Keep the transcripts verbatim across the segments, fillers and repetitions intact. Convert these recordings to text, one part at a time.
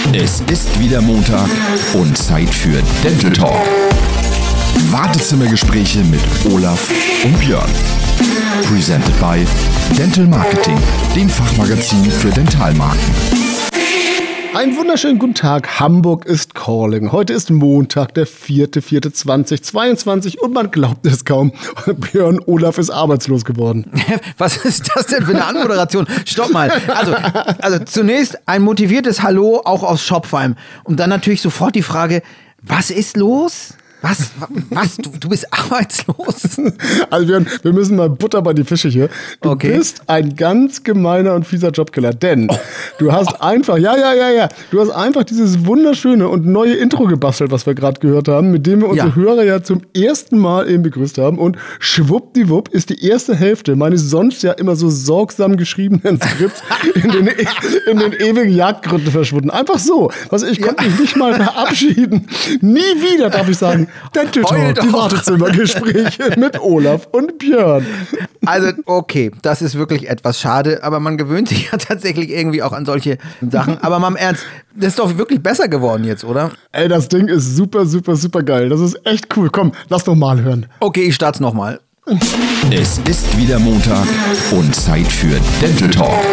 Es ist wieder Montag und Zeit für Dental Talk. Wartezimmergespräche mit Olaf und Björn. Presented by Dental Marketing, dem Fachmagazin für Dentalmarken. Einen wunderschönen guten Tag, Hamburg ist calling. Heute ist Montag, der vierte vierte zweitausendzweiundzwanzig und man glaubt es kaum, Björn Olaf ist arbeitslos geworden. Was ist das denn für eine Anmoderation? Stopp mal. Also, also zunächst ein motiviertes Hallo auch aus Schopfheim und dann natürlich sofort die Frage, was ist los? Was? Was? Du, du bist arbeitslos? Also wir, wir müssen mal Butter bei die Fische hier. Du Okay. bist ein ganz gemeiner und fieser Jobkiller, denn Oh. du hast einfach, ja, ja, ja, ja, du hast einfach dieses wunderschöne und neue Intro gebastelt, was wir gerade gehört haben, mit dem wir unsere Ja. Hörer ja zum ersten Mal eben begrüßt haben und schwuppdiwupp ist die erste Hälfte meines sonst ja immer so sorgsam geschriebenen Skripts in den, in den ewigen Jagdgründen verschwunden. Einfach so. Also ich konnte mich nicht mal verabschieden. Nie wieder darf ich sagen, Dental Heul Talk, die doch. Wartezimmergespräche mit Olaf und Björn. Also, okay, das ist wirklich etwas schade, aber man gewöhnt sich ja tatsächlich irgendwie auch an solche Sachen. Aber mal im Ernst, das ist doch wirklich besser geworden jetzt, oder? Ey, das Ding ist super, super, super geil. Das ist echt cool. Komm, lass doch mal hören. Okay, ich start's nochmal. Es ist wieder Montag und Zeit für Dental Talk.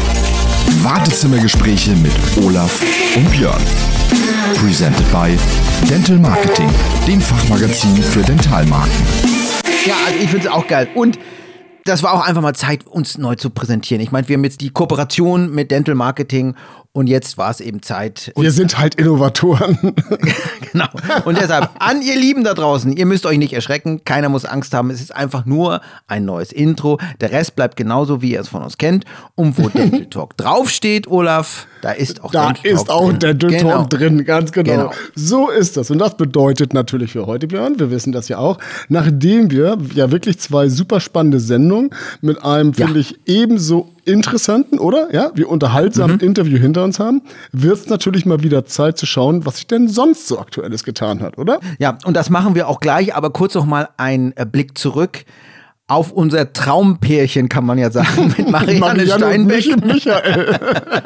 Wartezimmergespräche mit Olaf und Björn. Presented by Dental Marketing, dem Fachmagazin für Dentalmarken. Ja, also ich finde es auch geil. Und das war auch einfach mal Zeit, uns neu zu präsentieren. Ich meine, wir haben jetzt die Kooperation mit Dental Marketing und jetzt war es eben Zeit. Wir sind halt Innovatoren. Genau. Und deshalb, an ihr Lieben da draußen, ihr müsst euch nicht erschrecken, keiner muss Angst haben, es ist einfach nur ein neues Intro. Der Rest bleibt genauso, wie ihr es von uns kennt. Und wo Dental Talk draufsteht, Olaf, da ist auch Da Dental Talk ist auch drin. Dental Genau. Talk drin, ganz genau. Genau. So ist das. Und das bedeutet natürlich für heute, Björn, wir wissen das ja auch, nachdem wir ja wirklich zwei super spannende Sendungen mit einem, Ja. finde ich, ebenso interessanten, oder? Ja, wie unterhaltsamen Mhm. Interview hinter uns haben, wird es natürlich mal wieder Zeit zu schauen, was sich denn sonst so Aktuelles getan hat, oder? Ja, und das machen wir auch gleich, aber kurz noch mal ein äh, Blick zurück auf unser Traumpärchen, kann man ja sagen, mit Marianne, Marianne und Steinbeck. Mich- Michael.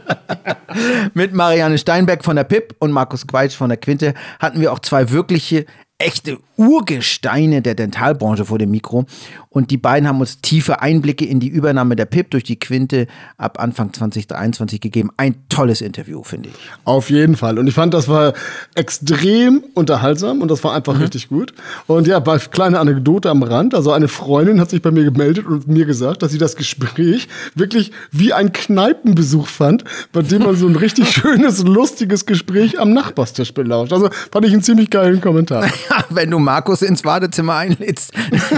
Mit Marianne Steinbeck von der P I P und Markus Quaitsch von der Quinte hatten wir auch zwei wirkliche, echte Urgesteine der Dentalbranche vor dem Mikro. Und die beiden haben uns tiefe Einblicke in die Übernahme der P I P durch die Quinte ab Anfang zwanzig dreiundzwanzig gegeben. Ein tolles Interview, finde ich. Auf jeden Fall. Und ich fand, das war extrem unterhaltsam und das war einfach richtig gut. Und ja, bei kleine Anekdote am Rand. Also eine Freundin hat sich bei mir gemeldet und mir gesagt, dass sie das Gespräch wirklich wie ein Kneipenbesuch fand, bei dem man so ein richtig schönes, lustiges Gespräch am Nachbarstisch belauscht. Also fand ich einen ziemlich geilen Kommentar. Ja, wenn du Markus ins Badezimmer einlädst.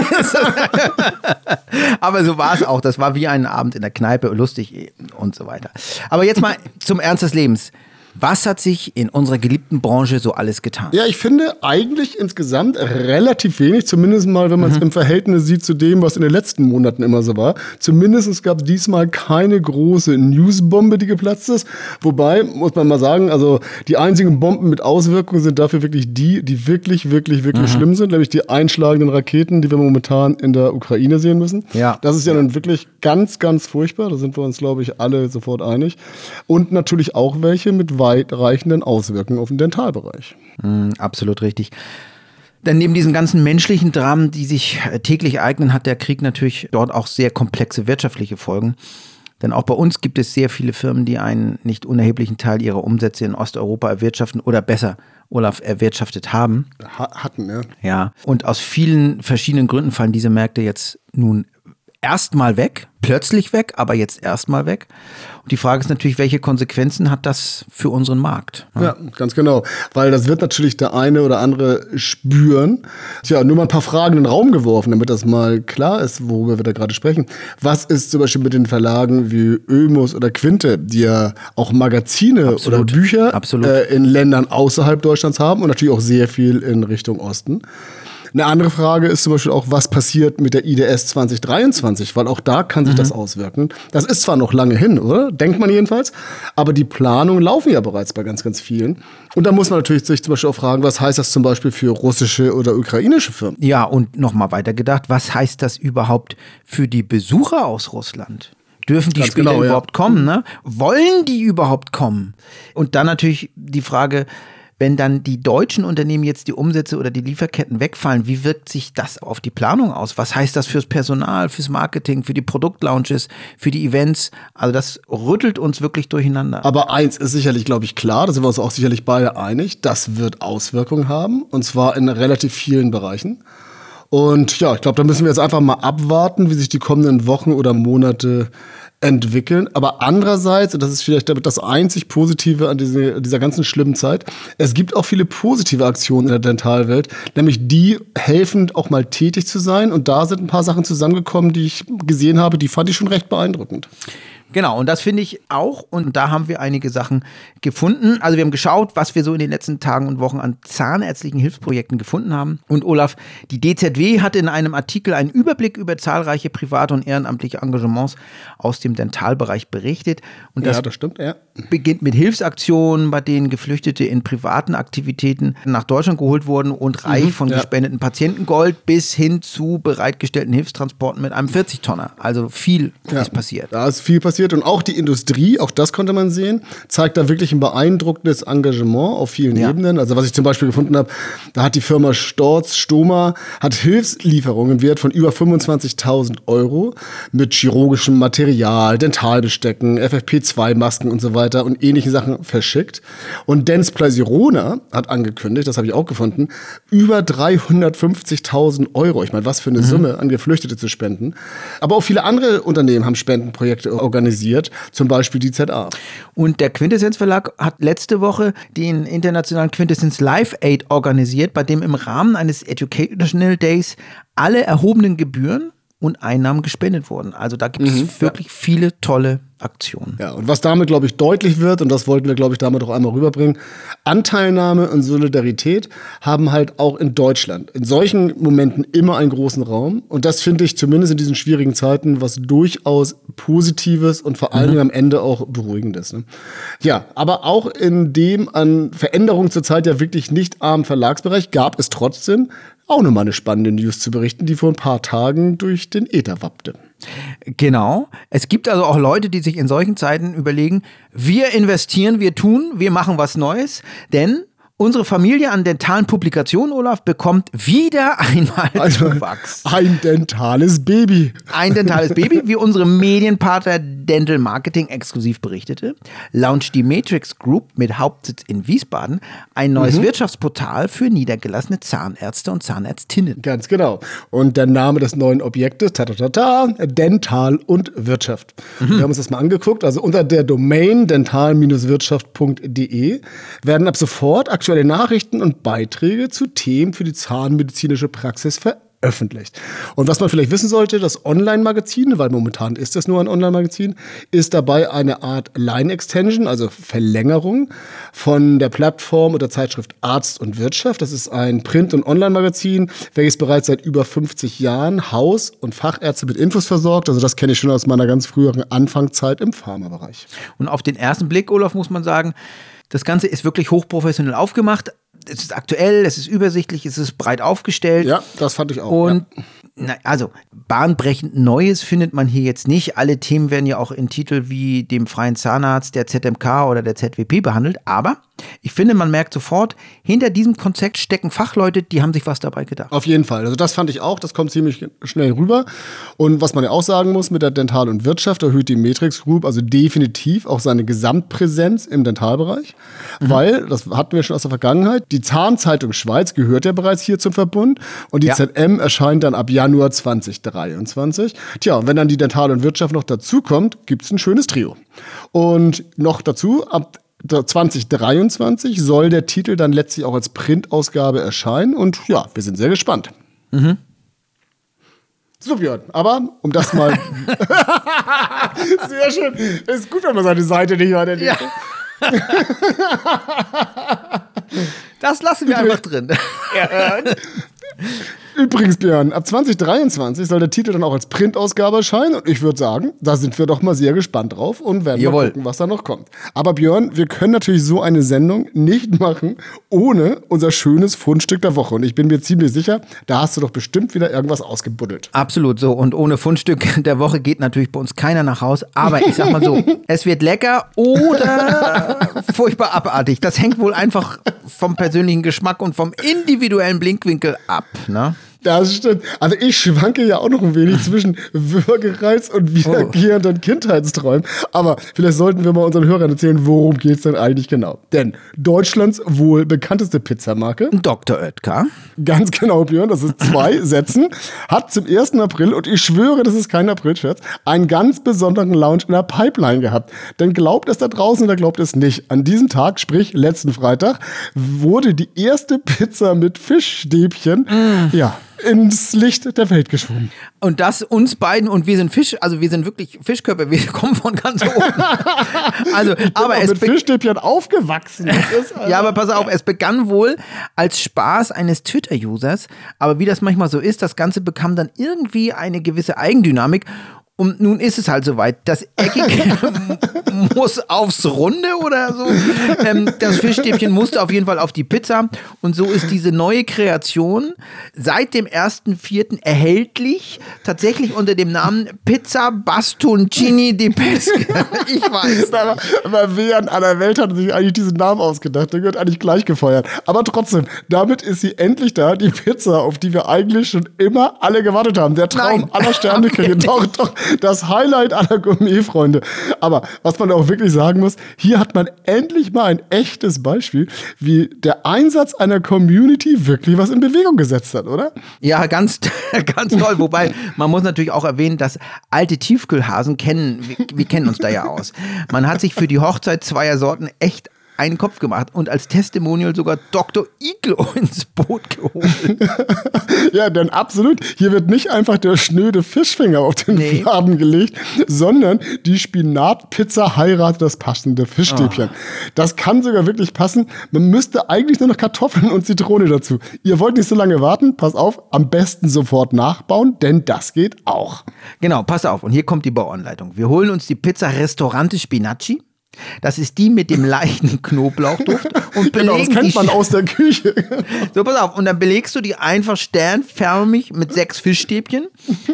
Aber so war es auch. Das war wie ein Abend in der Kneipe, lustig und so weiter. Aber jetzt mal zum Ernst des Lebens. Was hat sich in unserer geliebten Branche so alles getan? Ja, ich finde eigentlich insgesamt relativ wenig, zumindest mal, wenn man es im Verhältnis sieht zu dem, was in den letzten Monaten immer so war. Zumindest gab es diesmal keine große Newsbombe, die geplatzt ist. Wobei, muss man mal sagen, also die einzigen Bomben mit Auswirkungen sind dafür wirklich die, die wirklich, wirklich, wirklich schlimm sind, nämlich die einschlagenden Raketen, die wir momentan in der Ukraine sehen müssen. Ja. Das ist ja dann wirklich ganz, ganz furchtbar. Da sind wir uns, glaube ich, alle sofort einig. Und natürlich auch welche mit weitreichenden Auswirkungen auf den Dentalbereich. Mm, absolut richtig. Denn neben diesen ganzen menschlichen Dramen, die sich äh, täglich ereignen, hat der Krieg natürlich dort auch sehr komplexe wirtschaftliche Folgen. Denn auch bei uns gibt es sehr viele Firmen, die einen nicht unerheblichen Teil ihrer Umsätze in Osteuropa erwirtschaften oder besser, Olaf, erwirtschaftet haben. Ha- hatten, ja. Ja. Und aus vielen verschiedenen Gründen fallen diese Märkte jetzt nun erstmal weg, plötzlich weg, aber jetzt erstmal weg. Und die Frage ist natürlich, welche Konsequenzen hat das für unseren Markt? Ja, ganz genau. Weil das wird natürlich der eine oder andere spüren. Tja, nur mal ein paar Fragen in den Raum geworfen, damit das mal klar ist, worüber wir da gerade sprechen. Was ist zum Beispiel mit den Verlagen wie Oemus oder Quinte, die ja auch Magazine Absolut. oder Bücher Absolut. äh, in Ländern außerhalb Deutschlands haben und natürlich auch sehr viel in Richtung Osten? Eine andere Frage ist zum Beispiel auch, was passiert mit der I D S zwanzig dreiundzwanzig, weil auch da kann sich mhm. das auswirken. Das ist zwar noch lange hin, oder? Denkt man jedenfalls, aber die Planungen laufen ja bereits bei ganz, ganz vielen. Und da muss man natürlich sich zum Beispiel auch fragen, was heißt das zum Beispiel für russische oder ukrainische Firmen? Ja, und nochmal weitergedacht, was heißt das überhaupt für die Besucher aus Russland? Dürfen die Ganz später genau, ja. überhaupt kommen? Ne? Wollen die überhaupt kommen? Und dann natürlich die Frage, wenn dann die deutschen Unternehmen jetzt die Umsätze oder die Lieferketten wegfallen, wie wirkt sich das auf die Planung aus? Was heißt das fürs Personal, fürs Marketing, für die Produktlaunches, für die Events? Also das rüttelt uns wirklich durcheinander. Aber eins ist sicherlich, glaube ich, klar, da sind wir uns auch sicherlich beide einig, das wird Auswirkungen haben, und zwar in relativ vielen Bereichen. Und ja, ich glaube, da müssen wir jetzt einfach mal abwarten, wie sich die kommenden Wochen oder Monate entwickeln. Aber andererseits, und das ist vielleicht damit das einzig Positive an diese, dieser ganzen schlimmen Zeit, es gibt auch viele positive Aktionen in der Dentalwelt, nämlich die helfen, auch mal tätig zu sein. Und da sind ein paar Sachen zusammengekommen, die ich gesehen habe, die fand ich schon recht beeindruckend. Genau, und das finde ich auch. Und da haben wir einige Sachen gefunden. Also wir haben geschaut, was wir so in den letzten Tagen und Wochen an zahnärztlichen Hilfsprojekten gefunden haben. Und Olaf, die D Z W hat in einem Artikel einen Überblick über zahlreiche private und ehrenamtliche Engagements aus dem Dentalbereich berichtet. Und das, ja, das stimmt, ja. beginnt mit Hilfsaktionen, bei denen Geflüchtete in privaten Aktivitäten nach Deutschland geholt wurden und reich Mhm, von ja. gespendeten Patientengold bis hin zu bereitgestellten Hilfstransporten mit einem vierzig-Tonner. Also viel Ja, ist passiert. Da ist viel passiert, und auch die Industrie, auch das konnte man sehen, zeigt da wirklich ein beeindruckendes Engagement auf vielen Ja. Ebenen. Also was ich zum Beispiel gefunden habe, da hat die Firma Storz Stoma hat Hilfslieferungen im Wert von über fünfundzwanzigtausend Euro mit chirurgischem Material, Dentalbestecken, F F P zwei Masken und so weiter und ähnliche Sachen verschickt. Und Dentsply Sirona hat angekündigt, das habe ich auch gefunden, über dreihundertfünfzigtausend Euro. Ich meine, was für eine Summe an Geflüchtete zu spenden. Aber auch viele andere Unternehmen haben Spendenprojekte organisiert, zum Beispiel die Z A. Und der Quintessenz Verlag hat letzte Woche den internationalen Quintessenz Live Aid organisiert, bei dem im Rahmen eines Educational Days alle erhobenen Gebühren und Einnahmen gespendet wurden. Also da gibt es Mhm, wirklich ja. viele tolle Aktionen. Ja, und was damit, glaube ich, deutlich wird, und das wollten wir, glaube ich, damit auch einmal rüberbringen, Anteilnahme und Solidarität haben halt auch in Deutschland in solchen Momenten immer einen großen Raum. Und das finde ich zumindest in diesen schwierigen Zeiten was durchaus Positives und vor allen Dingen am Ende auch Beruhigendes. Ne? Ja, aber auch in dem an Veränderungen zurzeit ja wirklich nicht armen Verlagsbereich gab es trotzdem auch nochmal eine spannende News zu berichten, die vor ein paar Tagen durch den Äther wappte. Genau. Es gibt also auch Leute, die sich in solchen Zeiten überlegen, wir investieren, wir tun, wir machen was Neues, denn unsere Familie an dentalen Publikationen, Olaf, bekommt wieder einmal Also Zuwachs. ein dentales Baby. Ein dentales Baby, wie unsere Medienpartner Dental Marketing exklusiv berichtete, launcht die Matrix Group mit Hauptsitz in Wiesbaden ein neues Mhm. Wirtschaftsportal für niedergelassene Zahnärzte und Zahnärztinnen. Ganz genau. Und der Name des neuen Objektes, ta ta ta ta, Dental und Wirtschaft. Mhm. Wir haben uns das mal angeguckt. Also unter der Domain dental Wirtschaft punkt de werden ab sofort aktuelle Nachrichten und Beiträge zu Themen für die zahnmedizinische Praxis veröffentlicht. Und was man vielleicht wissen sollte, das Online-Magazin, weil momentan ist das nur ein Online-Magazin, ist dabei eine Art Line-Extension, also Verlängerung von der Plattform und der Zeitschrift Arzt und Wirtschaft. Das ist ein Print- und Online-Magazin, welches bereits seit über fünfzig Jahren Haus- und Fachärzte mit Infos versorgt. Also das kenne ich schon aus meiner ganz früheren Anfangszeit im Pharmabereich. Und auf den ersten Blick, Olaf, muss man sagen, das Ganze ist wirklich hochprofessionell aufgemacht. Es ist aktuell, es ist übersichtlich, es ist breit aufgestellt. Ja, das fand ich auch. Und ja. na, also bahnbrechend Neues findet man hier jetzt nicht. Alle Themen werden ja auch in Titel wie dem freien Zahnarzt, der Z M K oder der Z W P behandelt. Aber ich finde, man merkt sofort, hinter diesem Konzept stecken Fachleute, die haben sich was dabei gedacht. Auf jeden Fall. Also das fand ich auch. Das kommt ziemlich schnell rüber. Und was man ja auch sagen muss, mit der Dental und Wirtschaft erhöht die Matrix Group also definitiv auch seine Gesamtpräsenz im Dentalbereich. Mhm. Weil, das hatten wir schon aus der Vergangenheit, die Zahnzeitung Schweiz gehört ja bereits hier zum Verbund. Und die Ja. Z M erscheint dann ab Januar zwanzig dreiundzwanzig. Tja, und wenn dann die Dental und Wirtschaft noch dazukommt, gibt es ein schönes Trio. Und noch dazu, ab zwanzig dreiundzwanzig soll der Titel dann letztlich auch als Printausgabe erscheinen. Und ja, wir sind sehr gespannt. Mhm. So, Björn, aber um das mal. Sehr schön. Ist gut, wenn man seine Seite nicht weiterlegt. Ja. Das lassen wir einfach drin. Übrigens, Björn, ab zwanzig dreiundzwanzig soll der Titel dann auch als Printausgabe erscheinen und ich würde sagen, da sind wir doch mal sehr gespannt drauf und werden Jawohl. mal gucken, was da noch kommt. Aber Björn, wir können natürlich so eine Sendung nicht machen ohne unser schönes Fundstück der Woche und ich bin mir ziemlich sicher, da hast du doch bestimmt wieder irgendwas ausgebuddelt. Absolut so. Und ohne Fundstück der Woche geht natürlich bei uns keiner nach Haus. Aber ich sag mal so, es wird lecker oder furchtbar abartig. Das hängt wohl einfach vom persönlichen Geschmack und vom individuellen Blinkwinkel ab, ne? Das stimmt. Also ich schwanke ja auch noch ein wenig zwischen Würgereiz und wiederkehrenden oh. Kindheitsträumen. Aber vielleicht sollten wir mal unseren Hörern erzählen, worum geht's denn eigentlich genau. Denn Deutschlands wohl bekannteste Pizzamarke, Doktor Oetker. Ganz genau, Björn, das ist zwei Sätzen, hat zum ersten April, und ich schwöre, das ist kein Aprilscherz, einen ganz besonderen Launch in der Pipeline gehabt. Denn glaubt es da draußen oder glaubt es nicht, an diesem Tag, sprich letzten Freitag, wurde die erste Pizza mit Fischstäbchen, mm. ja, ins Licht der Welt geschwommen. Und das uns beiden, und wir sind Fisch, also wir sind wirklich Fischkörper, wir kommen von ganz oben. Also, ich bin aber es mit Fischstäbchen aufgewachsen. Ist, ja, aber pass auf, es begann wohl als Spaß eines Twitter-Users, aber wie das manchmal so ist, das Ganze bekam dann irgendwie eine gewisse Eigendynamik. Und nun ist es halt soweit. Das Eckige muss aufs Runde oder so. Ähm, das Fischstäbchen musste auf jeden Fall auf die Pizza. Und so ist diese neue Kreation seit dem ersten vierten erhältlich. Tatsächlich unter dem Namen Pizza Bastoncini di Pesca. Ich weiß. Aber, aber wer in aller Welt hat sich eigentlich diesen Namen ausgedacht? Der gehört eigentlich gleich gefeuert. Aber trotzdem, damit ist sie endlich da. Die Pizza, auf die wir eigentlich schon immer alle gewartet haben. Der Traum Nein. aller Sterneküche. Doch, doch. Das Highlight aller Gourmet-Freunde. Aber was man auch wirklich sagen muss, hier hat man endlich mal ein echtes Beispiel, wie der Einsatz einer Community wirklich was in Bewegung gesetzt hat, oder? Ja, ganz, ganz toll. Wobei, man muss natürlich auch erwähnen, dass alte Tiefkühlhasen kennen, wir, wir kennen uns da ja aus. Man hat sich für die Hochzeit zweier Sorten echt einen Kopf gemacht und als Testimonial sogar Doktor Iglo ins Boot geholt. Ja, denn absolut, hier wird nicht einfach der schnöde Fischfinger auf den nee. Fladen gelegt, sondern die Spinatpizza heiratet das passende Fischstäbchen. Oh. Das kann sogar wirklich passen. Man müsste eigentlich nur noch Kartoffeln und Zitrone dazu. Ihr wollt nicht so lange warten, pass auf, am besten sofort nachbauen, denn das geht auch. Genau, pass auf, und hier kommt die Bauanleitung. Wir holen uns die Pizza Ristorante Spinacci. Das ist die mit dem leichten Knoblauchduft. Und genau, das kennt man aus der Küche. So, pass auf. Und dann belegst du die einfach sternförmig mit sechs Fischstäbchen.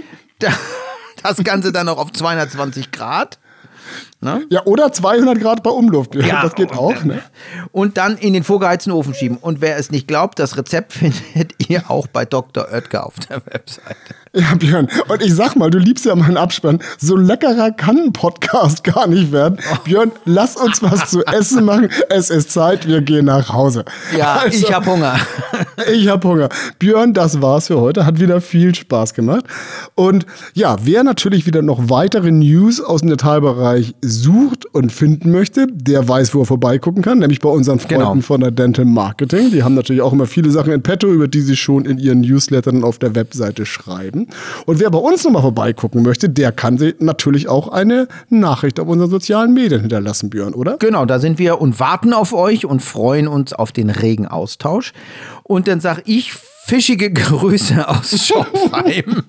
Das Ganze dann noch auf zweihundertzwanzig Grad. Ne? Ja, oder zweihundert Grad bei Umluft. Ja, das geht und, auch. Ne? Und dann in den vorgeheizten Ofen schieben. Und wer es nicht glaubt, das Rezept findet ihr auch bei Doktor Oetker auf der Webseite. Ja, Björn, und ich sag mal, du liebst ja meinen Abspann. So leckerer kann ein Podcast gar nicht werden. Oh. Björn, lass uns was zu essen machen. Es ist Zeit, wir gehen nach Hause. Ja, also, ich hab Hunger. Ich hab Hunger. Björn, das war's für heute. Hat wieder viel Spaß gemacht. Und ja, wer natürlich wieder noch weitere News aus dem Detailbereich sucht und finden möchte, der weiß, wo er vorbeigucken kann, nämlich bei unseren Freunden genau. von der Dental Marketing. Die haben natürlich auch immer viele Sachen in petto, über die sie schon in ihren Newslettern auf der Webseite schreiben. Und wer bei uns nochmal vorbeigucken möchte, der kann sich natürlich auch eine Nachricht auf unseren sozialen Medien hinterlassen, Björn, oder? Genau, da sind wir und warten auf euch und freuen uns auf den regen Austausch. Und dann sag ich fischige Grüße aus Schopfheim.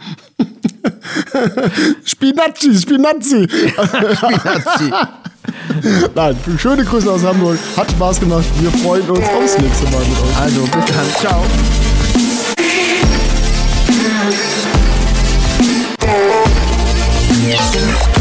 Spinazzi, Spinazzi. Spinazzi. Nein, schöne Grüße aus Hamburg. Hat Spaß gemacht. Wir freuen uns aufs nächste Mal mit euch. Also, bis dann. Ciao. Yeah.